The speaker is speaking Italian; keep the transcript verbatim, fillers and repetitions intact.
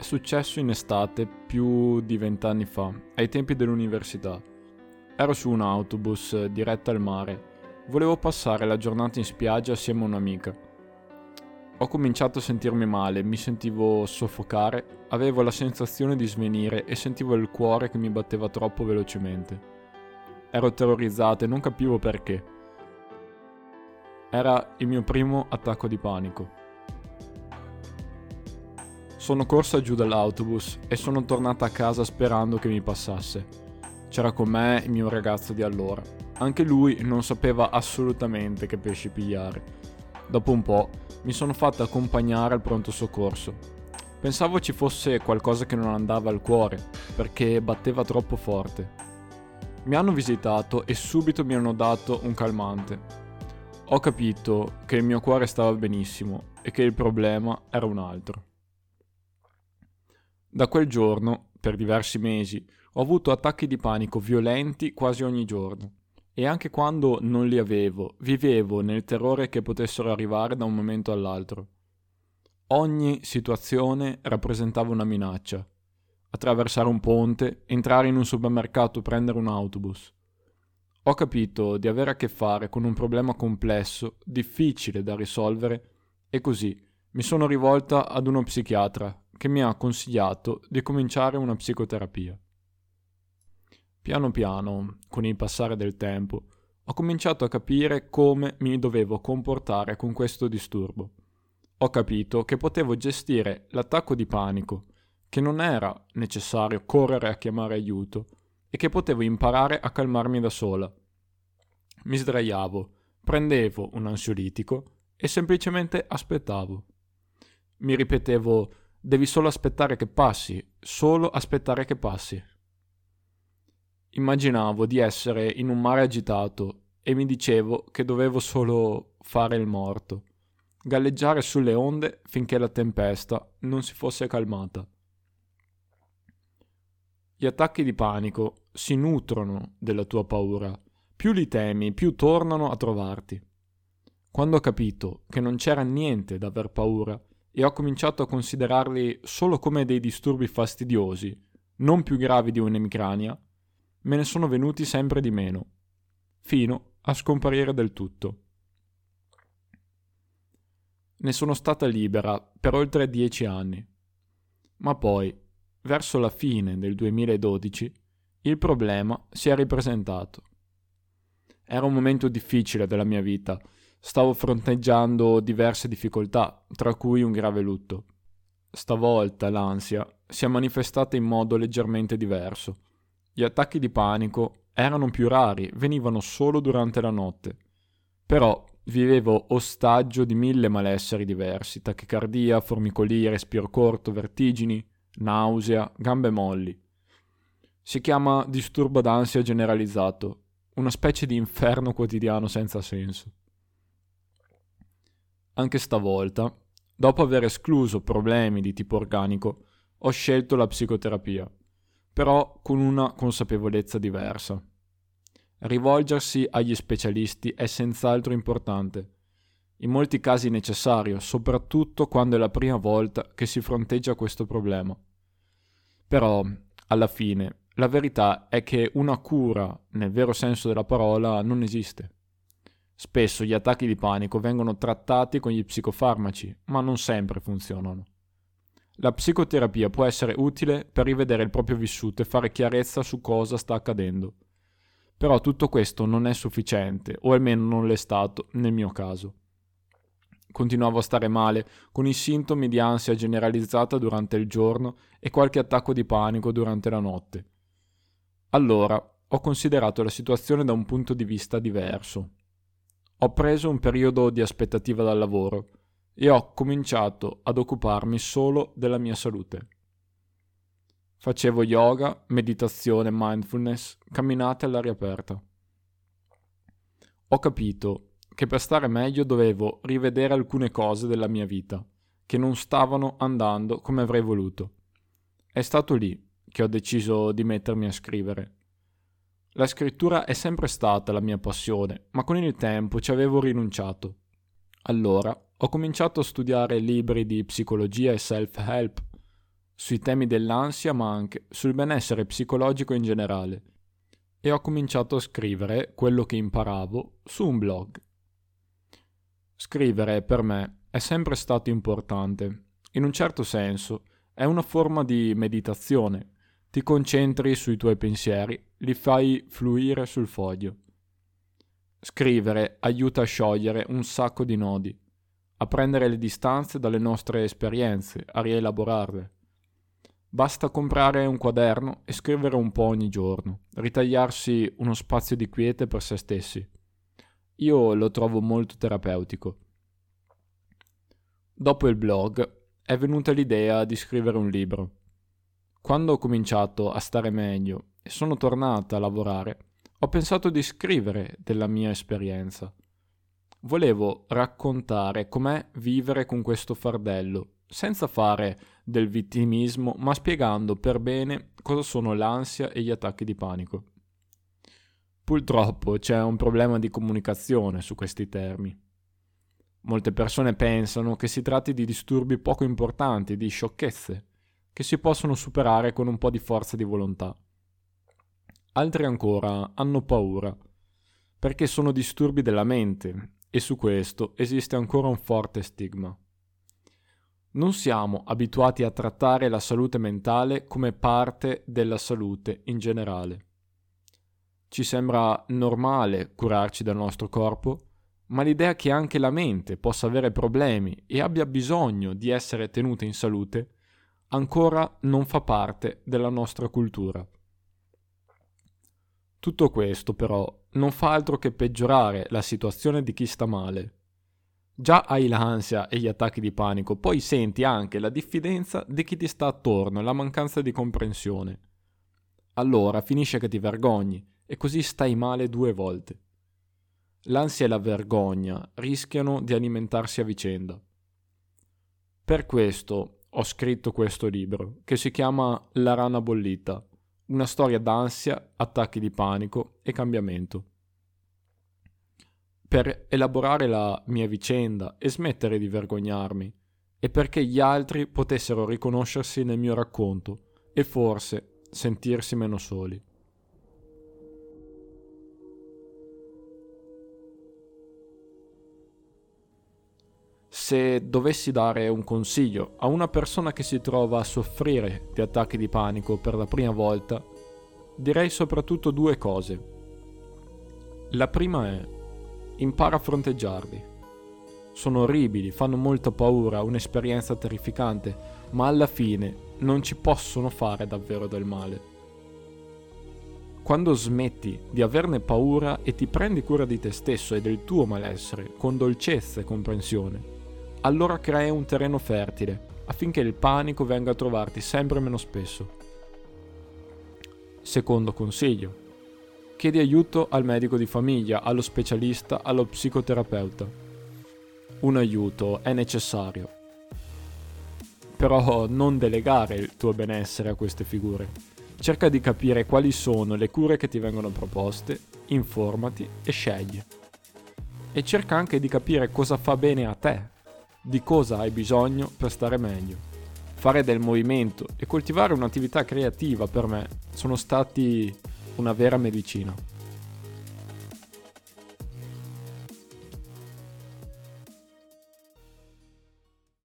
successo in estate più di vent'anni fa, ai tempi dell'università. Ero su un autobus diretto al mare. Volevo passare la giornata in spiaggia assieme a un'amica. Ho cominciato a sentirmi male, mi sentivo soffocare, avevo la sensazione di svenire e sentivo il cuore che mi batteva troppo velocemente. Ero terrorizzato e non capivo perché. Era il mio primo attacco di panico. Sono corsa giù dall'autobus e sono tornata a casa sperando che mi passasse. C'era con me il mio ragazzo di allora. Anche lui non sapeva assolutamente che pesci pigliare. Dopo un po' mi sono fatto accompagnare al pronto soccorso. Pensavo ci fosse qualcosa che non andava al cuore, perché batteva troppo forte. Mi hanno visitato e subito mi hanno dato un calmante. Ho capito che il mio cuore stava benissimo e che il problema era un altro. Da quel giorno, per diversi mesi, ho avuto attacchi di panico violenti quasi ogni giorno e anche quando non li avevo, vivevo nel terrore che potessero arrivare da un momento all'altro. Ogni situazione rappresentava una minaccia. Attraversare un ponte, entrare in un supermercato, prendere un autobus. Ho capito di avere a che fare con un problema complesso, difficile da risolvere e così mi sono rivolta ad uno psichiatra che mi ha consigliato di cominciare una psicoterapia. Piano piano, con il passare del tempo, ho cominciato a capire come mi dovevo comportare con questo disturbo. Ho capito che potevo gestire l'attacco di panico, che non era necessario correre a chiamare aiuto e che potevo imparare a calmarmi da sola. Mi sdraiavo, prendevo un ansiolitico e semplicemente aspettavo. Mi ripetevo: devi solo aspettare che passi, solo aspettare che passi. Immaginavo di essere in un mare agitato e mi dicevo che dovevo solo fare il morto, galleggiare sulle onde finché la tempesta non si fosse calmata. Gli attacchi di panico si nutrono della tua paura. Più li temi, più tornano a trovarti. Quando ho capito che non c'era niente da aver paura e ho cominciato a considerarli solo come dei disturbi fastidiosi, non più gravi di un'emicrania, me ne sono venuti sempre di meno, fino a scomparire del tutto. Ne sono stata libera per oltre dieci anni, ma poi, verso la fine del duemiladodici, il problema si è ripresentato. Era un momento difficile della mia vita. Stavo fronteggiando diverse difficoltà, tra cui un grave lutto. Stavolta l'ansia si è manifestata in modo leggermente diverso. Gli attacchi di panico erano più rari, venivano solo durante la notte. Però vivevo ostaggio di mille malesseri diversi: tachicardia, formicolia, respiro corto, vertigini, nausea, gambe molli. Si chiama disturbo d'ansia generalizzato, una specie di inferno quotidiano senza senso. Anche stavolta, dopo aver escluso problemi di tipo organico, ho scelto la psicoterapia, però con una consapevolezza diversa. Rivolgersi agli specialisti è senz'altro importante, in molti casi necessario, soprattutto quando è la prima volta che si fronteggia questo problema. Però, alla fine, la verità è che una cura, nel vero senso della parola, non esiste. Spesso gli attacchi di panico vengono trattati con gli psicofarmaci, ma non sempre funzionano. La psicoterapia può essere utile per rivedere il proprio vissuto e fare chiarezza su cosa sta accadendo. Però tutto questo non è sufficiente, o almeno non l'è stato nel mio caso. Continuavo a stare male, con i sintomi di ansia generalizzata durante il giorno e qualche attacco di panico durante la notte. Allora ho considerato la situazione da un punto di vista diverso. Ho preso un periodo di aspettativa dal lavoro e ho cominciato ad occuparmi solo della mia salute. Facevo yoga, meditazione, mindfulness, camminate all'aria aperta. Ho capito che per stare meglio dovevo rivedere alcune cose della mia vita che non stavano andando come avrei voluto. È stato lì che ho deciso di mettermi a scrivere. La scrittura è sempre stata la mia passione, ma con il tempo ci avevo rinunciato. Allora ho cominciato a studiare libri di psicologia e self-help. sui temi dell'ansia ma anche sul benessere psicologico in generale e ho cominciato a scrivere quello che imparavo su un blog. Scrivere per me è sempre stato importante. In un certo senso è una forma di meditazione. Ti concentri sui tuoi pensieri, li fai fluire sul foglio. Scrivere aiuta a sciogliere un sacco di nodi, a prendere le distanze dalle nostre esperienze, a rielaborarle. Basta comprare un quaderno e scrivere un po' ogni giorno, ritagliarsi uno spazio di quiete per se stessi. Io lo trovo molto terapeutico. Dopo il blog è venuta l'idea di scrivere un libro. Quando ho cominciato a stare meglio e sono tornata a lavorare, ho pensato di scrivere della mia esperienza. Volevo raccontare com'è vivere con questo fardello, senza fare del vittimismo, ma spiegando per bene cosa sono l'ansia e gli attacchi di panico. Purtroppo c'è un problema di comunicazione su questi termini. Molte persone pensano che si tratti di disturbi poco importanti, di sciocchezze, che si possono superare con un po' di forza di volontà. Altri ancora hanno paura, perché sono disturbi della mente e su questo esiste ancora un forte stigma. Non siamo abituati a trattare la salute mentale come parte della salute in generale. Ci sembra normale curarci del nostro corpo, ma l'idea che anche la mente possa avere problemi e abbia bisogno di essere tenuta in salute ancora non fa parte della nostra cultura. Tutto questo, però, non fa altro che peggiorare la situazione di chi sta male. Già hai l'ansia e gli attacchi di panico, poi senti anche la diffidenza di chi ti sta attorno e la mancanza di comprensione. Allora finisce che ti vergogni e così stai male due volte. L'ansia e la vergogna rischiano di alimentarsi a vicenda. Per questo ho scritto questo libro, che si chiama La rana bollita, una storia d'ansia, attacchi di panico e cambiamento. Per elaborare la mia vicenda e smettere di vergognarmi, e perché gli altri potessero riconoscersi nel mio racconto e forse sentirsi meno soli. Se dovessi dare un consiglio a una persona che si trova a soffrire di attacchi di panico per la prima volta, direi soprattutto due cose. La prima è: impara a fronteggiarli. Sono orribili, fanno molta paura, un'esperienza terrificante, ma alla fine non ci possono fare davvero del male. Quando smetti di averne paura e ti prendi cura di te stesso e del tuo malessere con dolcezza e comprensione, allora crei un terreno fertile affinché il panico venga a trovarti sempre meno spesso. Secondo consiglio: chiedi aiuto al medico di famiglia, allo specialista, allo psicoterapeuta. Un aiuto è necessario. Però non delegare il tuo benessere a queste figure. Cerca di capire quali sono le cure che ti vengono proposte, informati e scegli. E cerca anche di capire cosa fa bene a te, di cosa hai bisogno per stare meglio. Fare del movimento e coltivare un'attività creativa per me sono stati una vera medicina.